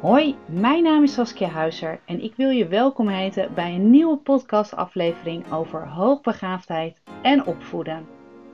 Hoi, mijn naam is Saskia Huizer en ik wil je welkom heten bij een nieuwe podcastaflevering over hoogbegaafdheid en opvoeden.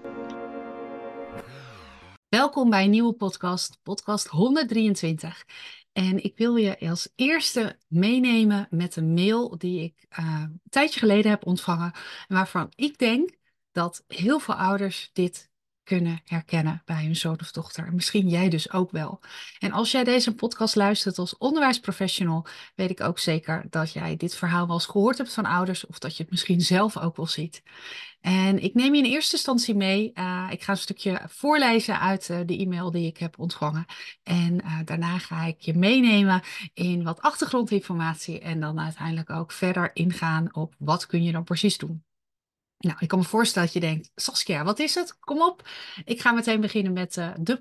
Welkom bij een nieuwe podcast 123. En ik wil je als eerste meenemen met een mail die ik een tijdje geleden heb ontvangen, waarvan ik denk dat heel veel ouders dit kunnen herkennen bij hun zoon of dochter. Misschien jij dus ook wel. En als jij deze podcast luistert als onderwijsprofessional, weet ik ook zeker dat jij dit verhaal wel eens gehoord hebt van ouders of dat je het misschien zelf ook wel ziet. En ik neem je in eerste instantie mee. Ik ga een stukje voorlezen uit de e-mail die ik heb ontvangen. En daarna ga ik je meenemen in wat achtergrondinformatie en dan uiteindelijk ook verder ingaan op wat kun je dan precies doen. Nou, ik kan me voorstellen dat je denkt, Saskia, wat is het? Kom op. Ik ga meteen beginnen met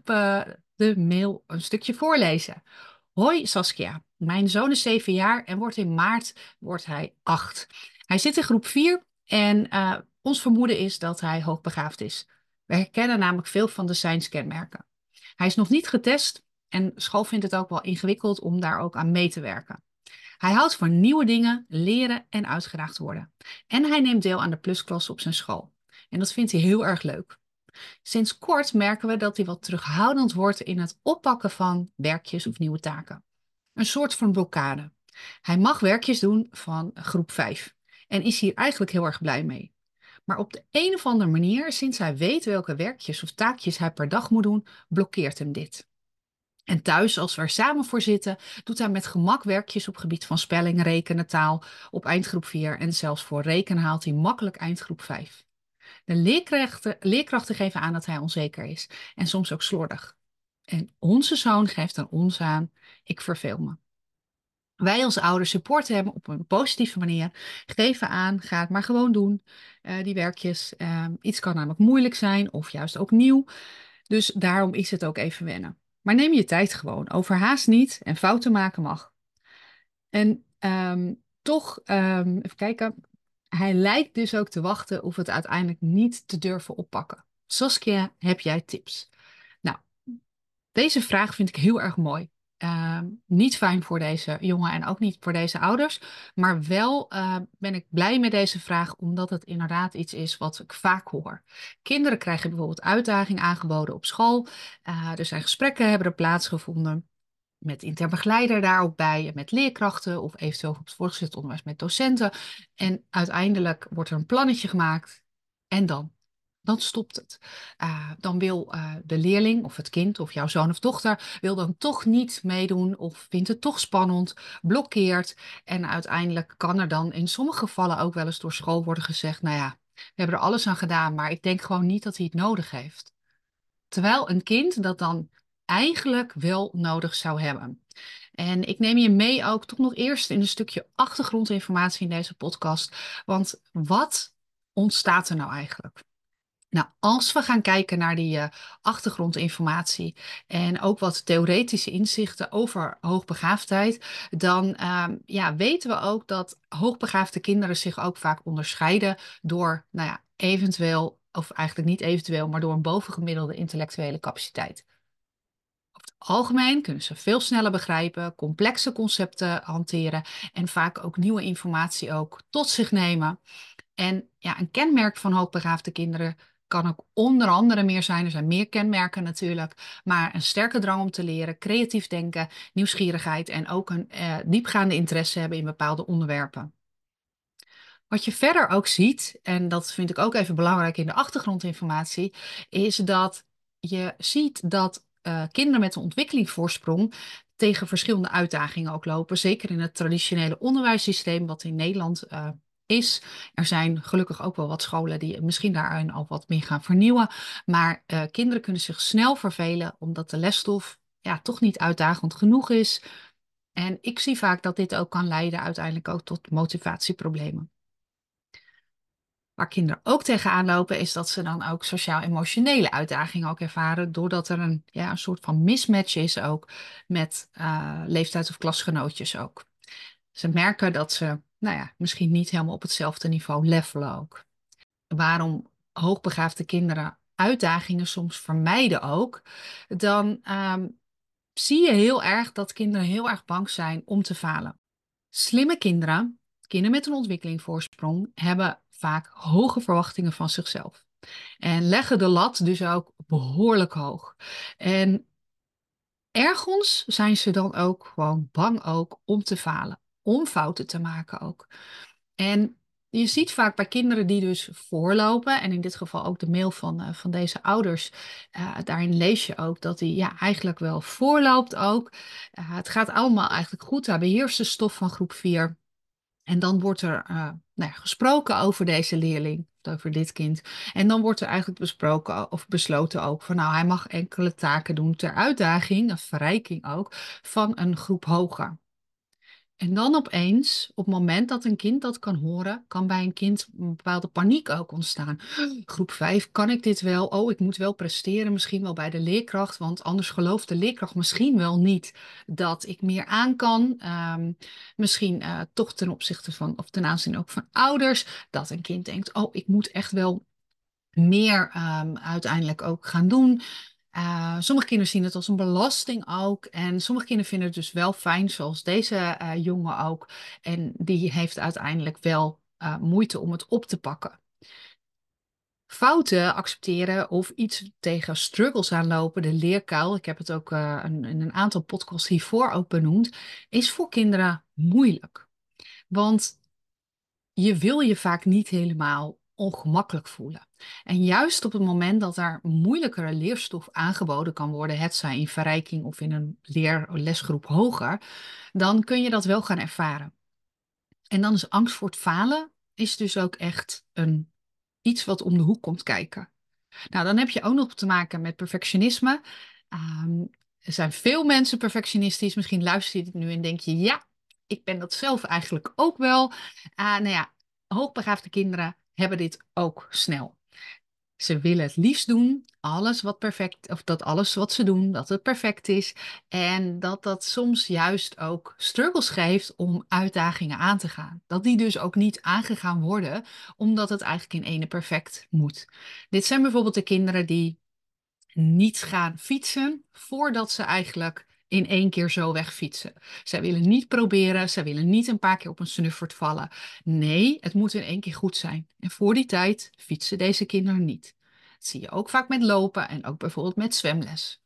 de mail een stukje voorlezen. Hoi Saskia, mijn zoon is 7 jaar en in maart wordt hij 8. Hij zit in groep 4 en ons vermoeden is dat hij hoogbegaafd is. We herkennen namelijk veel van de SIGNS-kenmerken. Hij is nog niet getest en school vindt het ook wel ingewikkeld om daar ook aan mee te werken. Hij houdt van nieuwe dingen, leren en uitgedaagd worden. En hij neemt deel aan de plusklas op zijn school. En dat vindt hij heel erg leuk. Sinds kort merken we dat hij wat terughoudend wordt in het oppakken van werkjes of nieuwe taken. Een soort van blokkade. Hij mag werkjes doen van groep 5 en is hier eigenlijk heel erg blij mee. Maar op de een of andere manier, sinds hij weet welke werkjes of taakjes hij per dag moet doen, blokkeert hem dit. En thuis, als we er samen voor zitten, doet hij met gemak werkjes op gebied van spelling, rekenen, taal op eindgroep 4 en zelfs voor rekenen haalt hij makkelijk eindgroep 5. De leerkrachten geven aan dat hij onzeker is en soms ook slordig. En onze zoon geeft aan ons aan, ik verveel me. Wij als ouders supporten hem op een positieve manier, geven aan, ga het maar gewoon doen, die werkjes. Iets kan namelijk moeilijk zijn of juist ook nieuw. Dus daarom is het ook even wennen. Maar neem je tijd gewoon, overhaast niet en fouten maken mag. En toch, even kijken, hij lijkt dus ook te wachten of het uiteindelijk niet te durven oppakken. Saskia, heb jij tips? Nou, deze vraag vind ik heel erg mooi. Niet fijn voor deze jongen en ook niet voor deze ouders. Maar wel ben ik blij met deze vraag, omdat het inderdaad iets is wat ik vaak hoor. Kinderen krijgen bijvoorbeeld uitdaging aangeboden op school. Er zijn gesprekken hebben er plaatsgevonden. Met intern begeleider daar ook bij, met leerkrachten of eventueel op het voortgezet onderwijs met docenten. En uiteindelijk wordt er een plannetje gemaakt en dan stopt het. Dan wil de leerling of het kind of jouw zoon of dochter wil dan toch niet meedoen of vindt het toch spannend, blokkeert. En uiteindelijk kan er dan in sommige gevallen ook wel eens door school worden gezegd, nou ja, we hebben er alles aan gedaan, maar ik denk gewoon niet dat hij het nodig heeft. Terwijl een kind dat dan eigenlijk wel nodig zou hebben. En ik neem je mee ook toch nog eerst in een stukje achtergrondinformatie in deze podcast. Want wat ontstaat er nou eigenlijk? Nou, als we gaan kijken naar die achtergrondinformatie en ook wat theoretische inzichten over hoogbegaafdheid, dan ja, weten we ook dat hoogbegaafde kinderen zich ook vaak onderscheiden door, nou ja, eventueel, of eigenlijk niet eventueel, maar door een bovengemiddelde intellectuele capaciteit. Over het algemeen kunnen ze veel sneller begrijpen, complexe concepten hanteren en vaak ook nieuwe informatie ook tot zich nemen. En ja, een kenmerk van hoogbegaafde kinderen kan ook onder andere meer zijn. Er zijn meer kenmerken natuurlijk, maar een sterke drang om te leren, creatief denken, nieuwsgierigheid en ook een diepgaande interesse hebben in bepaalde onderwerpen. Wat je verder ook ziet, en dat vind ik ook even belangrijk in de achtergrondinformatie, is dat je ziet dat kinderen met een ontwikkelingsvoorsprong tegen verschillende uitdagingen ook lopen. Zeker in het traditionele onderwijssysteem wat in Nederland is. Er zijn gelukkig ook wel wat scholen die misschien daarin al wat meer gaan vernieuwen. Maar kinderen kunnen zich snel vervelen omdat de lesstof ja, toch niet uitdagend genoeg is. En ik zie vaak dat dit ook kan leiden uiteindelijk ook tot motivatieproblemen. Waar kinderen ook tegenaan lopen, is dat ze dan ook sociaal-emotionele uitdagingen ook ervaren, doordat er een soort van mismatch is ook met leeftijd- of klasgenootjes ook. Ze merken dat ze, nou ja, misschien niet helemaal op hetzelfde niveau levelen ook. Waarom hoogbegaafde kinderen uitdagingen soms vermijden ook, dan zie je heel erg dat kinderen heel erg bang zijn om te falen. Slimme kinderen, kinderen met een ontwikkelingsvoorsprong, hebben vaak hoge verwachtingen van zichzelf. En leggen de lat dus ook behoorlijk hoog. En ergens zijn ze dan ook gewoon bang ook om te falen, om fouten te maken ook. En je ziet vaak bij kinderen die dus voorlopen, en in dit geval ook de mail van deze ouders, daarin lees je ook dat hij ja, eigenlijk wel voorloopt ook. Het gaat allemaal eigenlijk goed. Hij beheerst de stof van groep 4. En dan wordt er nou ja, gesproken over deze leerling, over dit kind. En dan wordt er eigenlijk besproken of besloten ook van nou, hij mag enkele taken doen ter uitdaging, een verrijking ook, van een groep hoger. En dan opeens, op het moment dat een kind dat kan horen, kan bij een kind een bepaalde paniek ook ontstaan. Groep 5, kan ik dit wel? Oh, ik moet wel presteren, misschien wel bij de leerkracht, want anders gelooft de leerkracht misschien wel niet dat ik meer aan kan. Misschien toch ten opzichte van, of ten aanzien ook van ouders, dat een kind denkt, oh, ik moet echt wel meer uiteindelijk ook gaan doen. Sommige kinderen zien het als een belasting ook. En sommige kinderen vinden het dus wel fijn, zoals deze jongen ook. En die heeft uiteindelijk wel moeite om het op te pakken. Fouten accepteren of iets tegen struggles aanlopen, de leerkuil, ik heb het ook in een aantal podcasts hiervoor ook benoemd, is voor kinderen moeilijk. Want je wil je vaak niet helemaal ongemakkelijk voelen. En juist op het moment dat er moeilijkere leerstof aangeboden kan worden, hetzij in verrijking of in een lesgroep hoger, dan kun je dat wel gaan ervaren. En dan is angst voor het falen is dus ook echt iets wat om de hoek komt kijken. Nou, dan heb je ook nog te maken met perfectionisme. Er zijn veel mensen perfectionistisch. Misschien luister je dit nu en denk je, ja, ik ben dat zelf eigenlijk ook wel. Nou ja, hoogbegaafde kinderen hebben dit ook snel. Ze willen het liefst doen, alles wat perfect, of dat alles wat ze doen, dat het perfect is. En dat dat soms juist ook struggles geeft om uitdagingen aan te gaan. Dat die dus ook niet aangegaan worden, omdat het eigenlijk in ene perfect moet. Dit zijn bijvoorbeeld de kinderen die niet gaan fietsen voordat ze eigenlijk in één keer zo wegfietsen. Zij willen niet proberen, zij willen niet een paar keer op een snuffert vallen. Nee, het moet in één keer goed zijn. En voor die tijd fietsen deze kinderen niet. Dat zie je ook vaak met lopen en ook bijvoorbeeld met zwemles.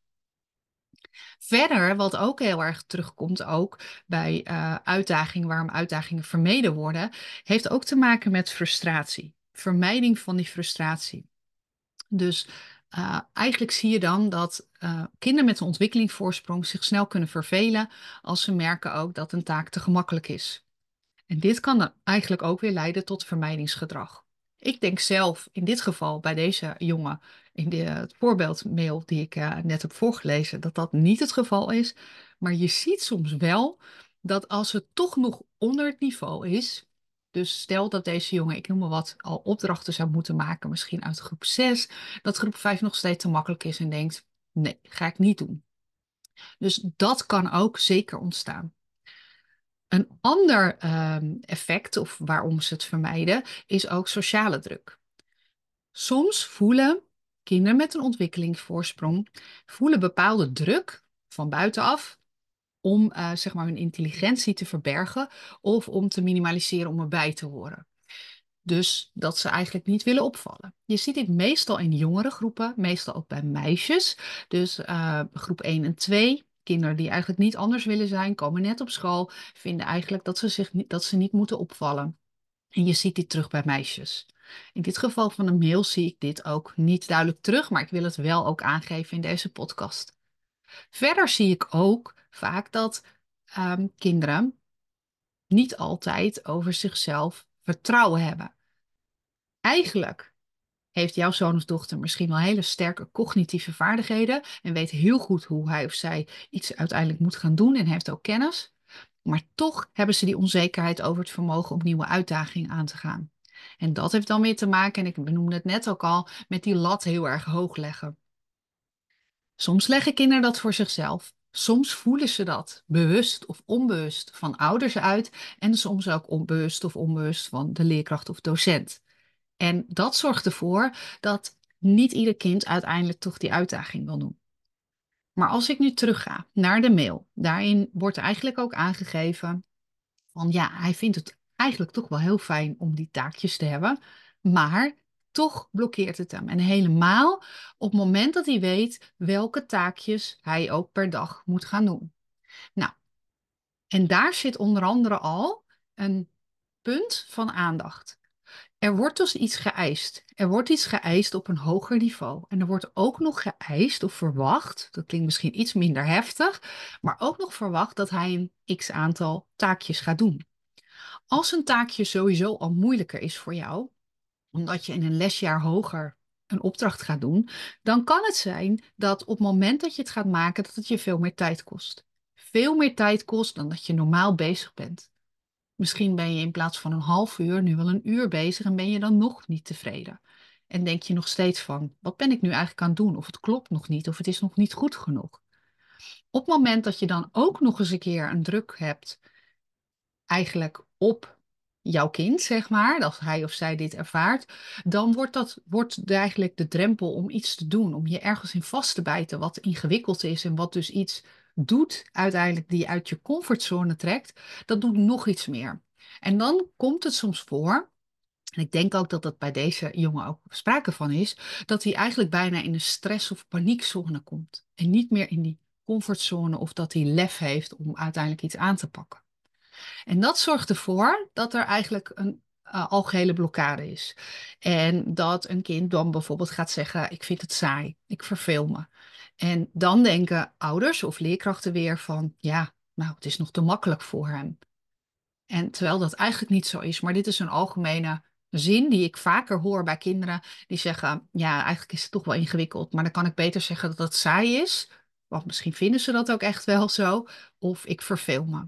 Verder, wat ook heel erg terugkomt ook bij uitdagingen, waarom uitdagingen vermeden worden, heeft ook te maken met frustratie. Vermijding van die frustratie. Dus eigenlijk zie je dan dat kinderen met een ontwikkelingsvoorsprong zich snel kunnen vervelen als ze merken ook dat een taak te gemakkelijk is. En dit kan dan eigenlijk ook weer leiden tot vermijdingsgedrag. Ik denk zelf in dit geval bij deze jongen, in het voorbeeldmail die ik net heb voorgelezen, dat dat niet het geval is. Maar je ziet soms wel dat als het toch nog onder het niveau is, dus stel dat deze jongen, ik noem maar wat, al opdrachten zou moeten maken, misschien uit groep 6, dat groep 5 nog steeds te makkelijk is en denkt, nee, ga ik niet doen. Dus dat kan ook zeker ontstaan. Een ander effect, of waarom ze het vermijden, is ook sociale druk. Soms voelen kinderen met een ontwikkelingsvoorsprong voelen bepaalde druk van buitenaf om zeg maar hun intelligentie te verbergen of om te minimaliseren om erbij te horen. Dus dat ze eigenlijk niet willen opvallen. Je ziet dit meestal in jongere groepen, meestal ook bij meisjes. Dus groep 1 en 2. Kinderen die eigenlijk niet anders willen zijn, komen net op school, vinden eigenlijk dat ze niet moeten opvallen. En je ziet dit terug bij meisjes. In dit geval van een mail zie ik dit ook niet duidelijk terug, maar ik wil het wel ook aangeven in deze podcast. Verder zie ik ook vaak dat kinderen niet altijd over zichzelf vertrouwen hebben. Eigenlijk heeft jouw zoon of dochter misschien wel hele sterke cognitieve vaardigheden en weet heel goed hoe hij of zij iets uiteindelijk moet gaan doen en heeft ook kennis. Maar toch hebben ze die onzekerheid over het vermogen om nieuwe uitdagingen aan te gaan. En dat heeft dan weer te maken, en ik benoemde het net ook al, met die lat heel erg hoog leggen. Soms leggen kinderen dat voor zichzelf. Soms voelen ze dat, bewust of onbewust, van ouders uit. En soms ook onbewust of onbewust van de leerkracht of docent. En dat zorgt ervoor dat niet ieder kind uiteindelijk toch die uitdaging wil doen. Maar als ik nu terugga naar de mail, daarin wordt eigenlijk ook aangegeven van ja, hij vindt het eigenlijk toch wel heel fijn om die taakjes te hebben, maar toch blokkeert het hem. En helemaal op het moment dat hij weet welke taakjes hij ook per dag moet gaan doen. Nou, en daar zit onder andere al een punt van aandacht. Er wordt dus iets geëist. Er wordt iets geëist op een hoger niveau. En er wordt ook nog geëist of verwacht, dat klinkt misschien iets minder heftig, maar ook nog verwacht dat hij een x aantal taakjes gaat doen. Als een taakje sowieso al moeilijker is voor jou, omdat je in een lesjaar hoger een opdracht gaat doen, dan kan het zijn dat op het moment dat je het gaat maken, dat het je veel meer tijd kost. Veel meer tijd kost dan dat je normaal bezig bent. Misschien ben je in plaats van een half uur nu wel een uur bezig en ben je dan nog niet tevreden. En denk je nog steeds van, wat ben ik nu eigenlijk aan het doen? Of het klopt nog niet, of het is nog niet goed genoeg. Op het moment dat je dan ook nog eens een keer een druk hebt eigenlijk op jouw kind, zeg maar, als hij of zij dit ervaart, dan wordt eigenlijk de drempel om iets te doen, om je ergens in vast te bijten wat ingewikkeld is en wat dus iets doet uiteindelijk die je uit je comfortzone trekt, dat doet nog iets meer. En dan komt het soms voor, en ik denk ook dat dat bij deze jongen ook sprake van is, dat hij eigenlijk bijna in een stress- of paniekzone komt en niet meer in die comfortzone of dat hij lef heeft om uiteindelijk iets aan te pakken. En dat zorgt ervoor dat er eigenlijk een algehele blokkade is. En dat een kind dan bijvoorbeeld gaat zeggen: ik vind het saai, ik verveel me. En dan denken ouders of leerkrachten weer van: ja, nou, het is nog te makkelijk voor hem. En terwijl dat eigenlijk niet zo is, maar dit is een algemene zin die ik vaker hoor bij kinderen die zeggen: ja, eigenlijk is het toch wel ingewikkeld, maar dan kan ik beter zeggen dat het saai is. Want misschien vinden ze dat ook echt wel zo. Of ik verveel me.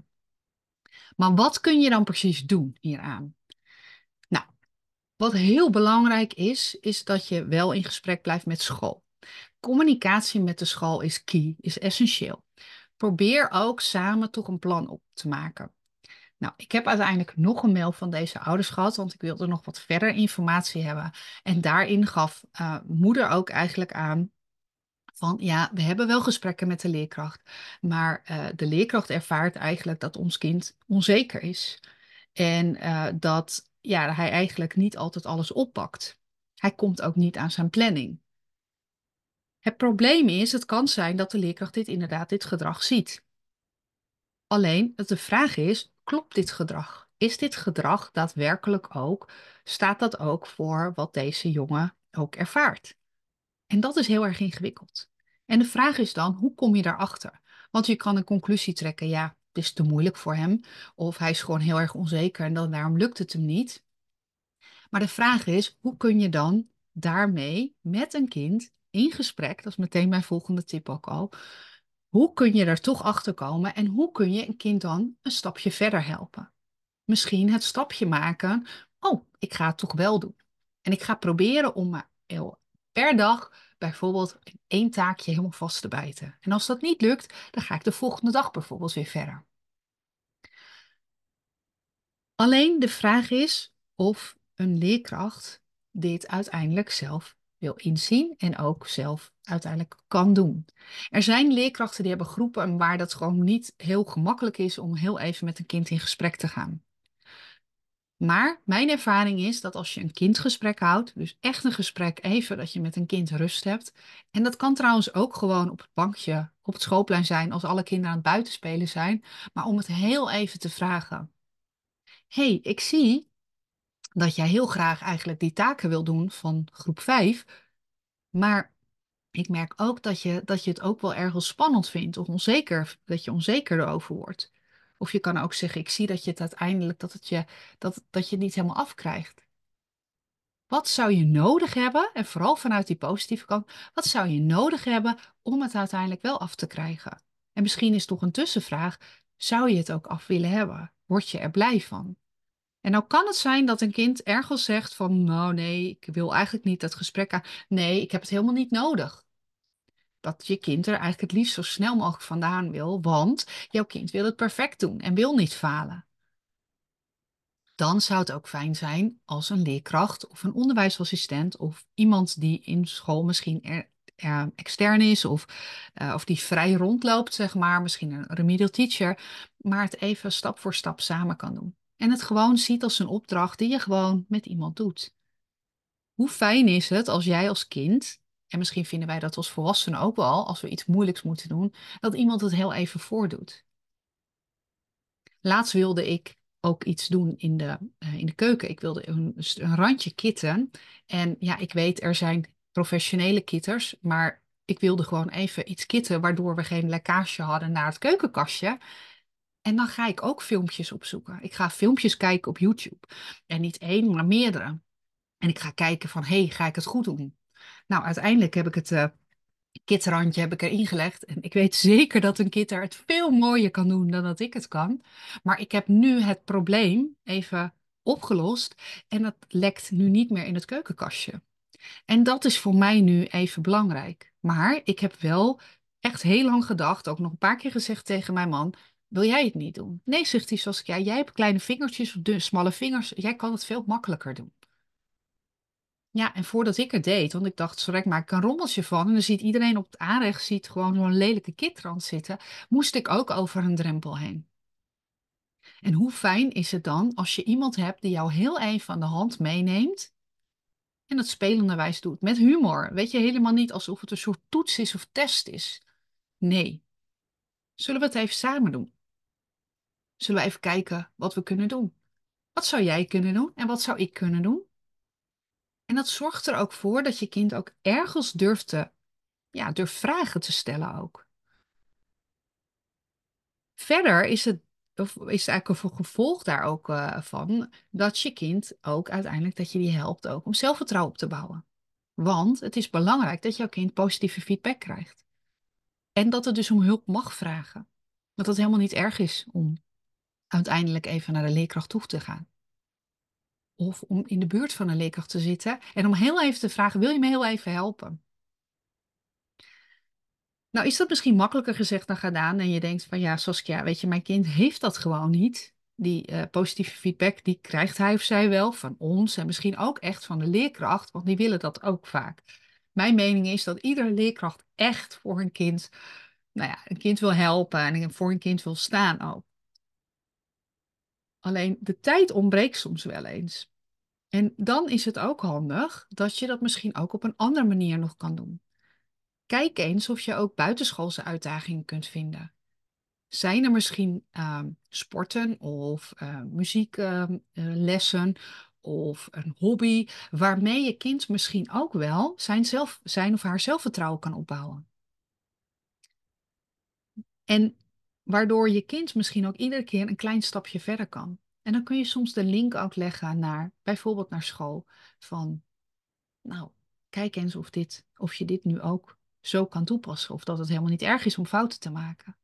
Maar wat kun je dan precies doen hieraan? Nou, wat heel belangrijk is dat je wel in gesprek blijft met school. Communicatie met de school is key, is essentieel. Probeer ook samen toch een plan op te maken. Nou, ik heb uiteindelijk nog een mail van deze ouders gehad, want ik wilde nog wat verder informatie hebben. En daarin gaf moeder ook eigenlijk aan van ja, we hebben wel gesprekken met de leerkracht, maar de leerkracht ervaart eigenlijk dat ons kind onzeker is. En dat ja, hij eigenlijk niet altijd alles oppakt. Hij komt ook niet aan zijn planning. Het probleem is, het kan zijn dat de leerkracht dit gedrag ziet. Alleen de vraag is, klopt dit gedrag? Is dit gedrag daadwerkelijk ook, staat dat ook voor wat deze jongen ook ervaart? En dat is heel erg ingewikkeld. En de vraag is dan, hoe kom je daarachter? Want je kan een conclusie trekken, ja, het is te moeilijk voor hem. Of hij is gewoon heel erg onzeker en dan, daarom lukt het hem niet. Maar de vraag is, hoe kun je dan daarmee met een kind in gesprek, dat is meteen mijn volgende tip ook al, hoe kun je er toch achter komen en hoe kun je een kind dan een stapje verder helpen? Misschien het stapje maken, oh, ik ga het toch wel doen. En ik ga proberen om me per dag bijvoorbeeld in één taakje helemaal vast te bijten. En als dat niet lukt, dan ga ik de volgende dag bijvoorbeeld weer verder. Alleen de vraag is of een leerkracht dit uiteindelijk zelf wil inzien en ook zelf uiteindelijk kan doen. Er zijn leerkrachten die hebben groepen waar dat gewoon niet heel gemakkelijk is om heel even met een kind in gesprek te gaan. Maar mijn ervaring is dat als je een kindgesprek houdt, dus echt een gesprek even dat je met een kind rust hebt. En dat kan trouwens ook gewoon op het bankje op het schoolplein zijn als alle kinderen aan het buitenspelen zijn. Maar om het heel even te vragen. Hey, ik zie dat jij heel graag eigenlijk die taken wil doen van groep 5. Maar ik merk ook dat je het ook wel erg spannend vindt of onzeker, dat je onzeker erover wordt. Of je kan ook zeggen, ik zie dat je het uiteindelijk, dat je het niet helemaal afkrijgt. Wat zou je nodig hebben, en vooral vanuit die positieve kant, wat zou je nodig hebben om het uiteindelijk wel af te krijgen? En misschien is toch een tussenvraag, zou je het ook af willen hebben? Word je er blij van? En nou kan het zijn dat een kind ergens zegt van, nou nee, ik wil eigenlijk niet dat gesprek aan. Nee, ik heb het helemaal niet nodig. Dat je kind er eigenlijk het liefst zo snel mogelijk vandaan wil, want jouw kind wil het perfect doen en wil niet falen. Dan zou het ook fijn zijn als een leerkracht of een onderwijsassistent of iemand die in school misschien extern is of die vrij rondloopt, zeg maar, misschien een remedial teacher, maar het even stap voor stap samen kan doen. En het gewoon ziet als een opdracht die je gewoon met iemand doet. Hoe fijn is het als jij als kind, en misschien vinden wij dat als volwassenen ook wel, als we iets moeilijks moeten doen, dat iemand het heel even voordoet. Laatst wilde ik ook iets doen in de keuken. Ik wilde een randje kitten. En ja, ik weet, er zijn professionele kitters, maar ik wilde gewoon even iets kitten waardoor we geen lekkage hadden naar het keukenkastje. En dan ga ik ook filmpjes opzoeken. Ik ga filmpjes kijken op YouTube. En niet één, maar meerdere. En ik ga kijken van, hey, ga ik het goed doen? Nou, uiteindelijk heb ik het kitrandje heb ik erin gelegd. En ik weet zeker dat een kitter het veel mooier kan doen dan dat ik het kan. Maar ik heb nu het probleem even opgelost. En dat lekt nu niet meer in het keukenkastje. En dat is voor mij nu even belangrijk. Maar ik heb wel echt heel lang gedacht, ook nog een paar keer gezegd tegen mijn man: wil jij het niet doen? Nee, zegt hij, zoals ja, jij hebt kleine vingertjes of smalle vingers. Jij kan het veel makkelijker doen. Ja, en voordat ik het deed, want ik dacht, zo direct maak ik een rommeltje van. En dan ziet iedereen op het aanrecht ziet gewoon zo'n lelijke kitrand zitten. Moest ik ook over een drempel heen. En hoe fijn is het dan als je iemand hebt die jou heel even aan de hand meeneemt. En dat spelenderwijs doet. Met humor. Weet je, helemaal niet alsof het een soort toets is of test is. Nee. Zullen we het even samen doen? Zullen we even kijken wat we kunnen doen? Wat zou jij kunnen doen en wat zou ik kunnen doen? En dat zorgt er ook voor dat je kind ook ergens durft vragen te stellen ook. Verder is het eigenlijk een gevolg daar ook van dat je kind ook uiteindelijk dat je die helpt ook om zelfvertrouwen op te bouwen. Want het is belangrijk dat jouw kind positieve feedback krijgt. En dat het dus om hulp mag vragen. Dat het helemaal niet erg is om uiteindelijk even naar de leerkracht toe te gaan. Of om in de buurt van een leerkracht te zitten en om heel even te vragen: wil je me heel even helpen? Nou, is dat misschien makkelijker gezegd dan gedaan en je denkt van ja, Saskia, weet je, mijn kind heeft dat gewoon niet. Die positieve feedback, die krijgt hij of zij wel van ons en misschien ook echt van de leerkracht, want die willen dat ook vaak. Mijn mening is dat iedere leerkracht echt voor een kind, nou ja, een kind wil helpen en voor een kind wil staan ook. Alleen de tijd ontbreekt soms wel eens. En dan is het ook handig dat je dat misschien ook op een andere manier nog kan doen. Kijk eens of je ook buitenschoolse uitdagingen kunt vinden. Zijn er misschien sporten of muzieklessen of een hobby waarmee je kind misschien ook wel zijn of haar zelfvertrouwen kan opbouwen? En waardoor je kind misschien ook iedere keer een klein stapje verder kan. En dan kun je soms de link ook leggen naar bijvoorbeeld naar school. Van, nou, kijk eens of je dit nu ook zo kan toepassen. Of dat het helemaal niet erg is om fouten te maken.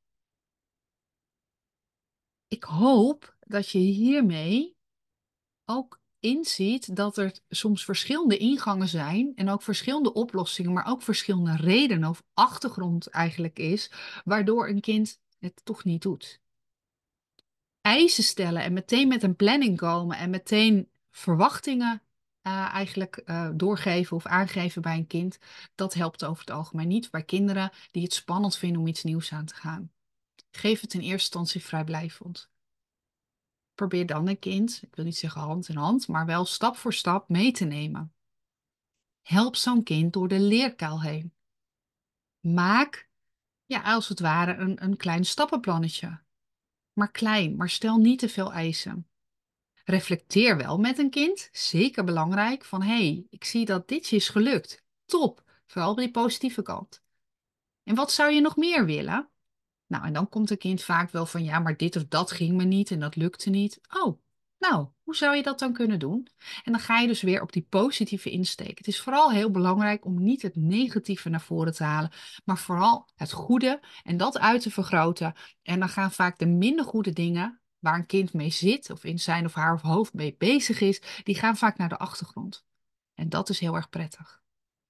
Ik hoop dat je hiermee ook inziet dat er soms verschillende ingangen zijn en ook verschillende oplossingen, maar ook verschillende redenen of achtergrond eigenlijk is, waardoor een kind het toch niet doet. Eisen stellen en meteen met een planning komen en meteen verwachtingen eigenlijk doorgeven of aangeven bij een kind, dat helpt over het algemeen niet bij kinderen die het spannend vinden om iets nieuws aan te gaan. Geef het in eerste instantie vrijblijvend. Probeer dan een kind, ik wil niet zeggen hand in hand, maar wel stap voor stap mee te nemen. Help zo'n kind door de leerkuil heen. Maak, ja, als het ware een klein stappenplannetje. Maar klein, maar stel niet te veel eisen. Reflecteer wel met een kind, zeker belangrijk, van hey, ik zie dat dit je is gelukt. Top, vooral op die positieve kant. En wat zou je nog meer willen? Nou, en dan komt een kind vaak wel van ja, maar dit of dat ging me niet en dat lukte niet. Oh, nou, hoe zou je dat dan kunnen doen? En dan ga je dus weer op die positieve insteek. Het is vooral heel belangrijk om niet het negatieve naar voren te halen, maar vooral het goede en dat uit te vergroten. En dan gaan vaak de minder goede dingen waar een kind mee zit of in zijn of haar hoofd mee bezig is, die gaan vaak naar de achtergrond. En dat is heel erg prettig.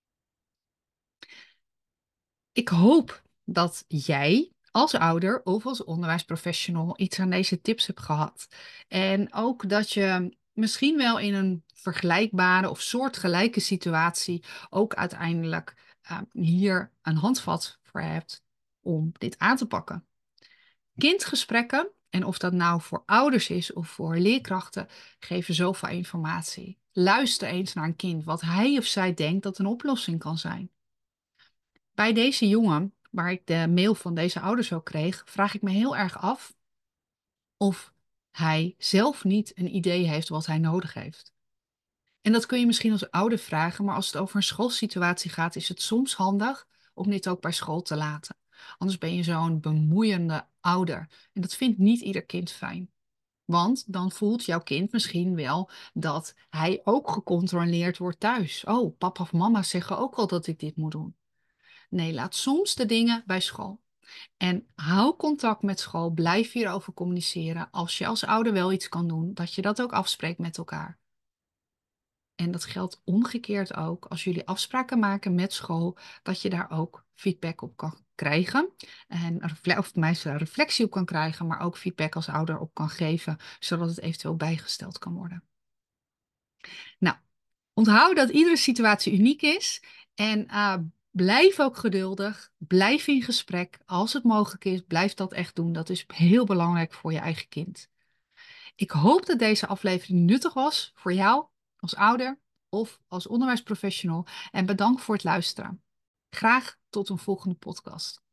Ik hoop dat jij als ouder of als onderwijsprofessional iets aan deze tips hebt gehad. En ook dat je misschien wel in een vergelijkbare of soortgelijke situatie ook uiteindelijk hier een handvat voor hebt om dit aan te pakken. Kindgesprekken, en of dat nou voor ouders is of voor leerkrachten, geven zoveel informatie. Luister eens naar een kind wat hij of zij denkt dat een oplossing kan zijn. Bij deze jongen, waar ik de mail van deze ouders ook kreeg, vraag ik me heel erg af of hij zelf niet een idee heeft wat hij nodig heeft. En dat kun je misschien als ouder vragen, maar als het over een schoolsituatie gaat, is het soms handig om dit ook bij school te laten. Anders ben je zo'n bemoeiende ouder. En dat vindt niet ieder kind fijn. Want dan voelt jouw kind misschien wel dat hij ook gecontroleerd wordt thuis. Oh, papa of mama zeggen ook al dat ik dit moet doen. Nee, laat soms de dingen bij school. En hou contact met school. Blijf hierover communiceren. Als je als ouder wel iets kan doen, dat je dat ook afspreekt met elkaar. En dat geldt omgekeerd ook als jullie afspraken maken met school, dat je daar ook feedback op kan krijgen. En of tenminste reflectie op kan krijgen, maar ook feedback als ouder op kan geven, zodat het eventueel bijgesteld kan worden. Nou, onthoud dat iedere situatie uniek is en blijf ook geduldig, blijf in gesprek. Als het mogelijk is, blijf dat echt doen. Dat is heel belangrijk voor je eigen kind. Ik hoop dat deze aflevering nuttig was voor jou als ouder of als onderwijsprofessional en bedankt voor het luisteren. Graag tot een volgende podcast.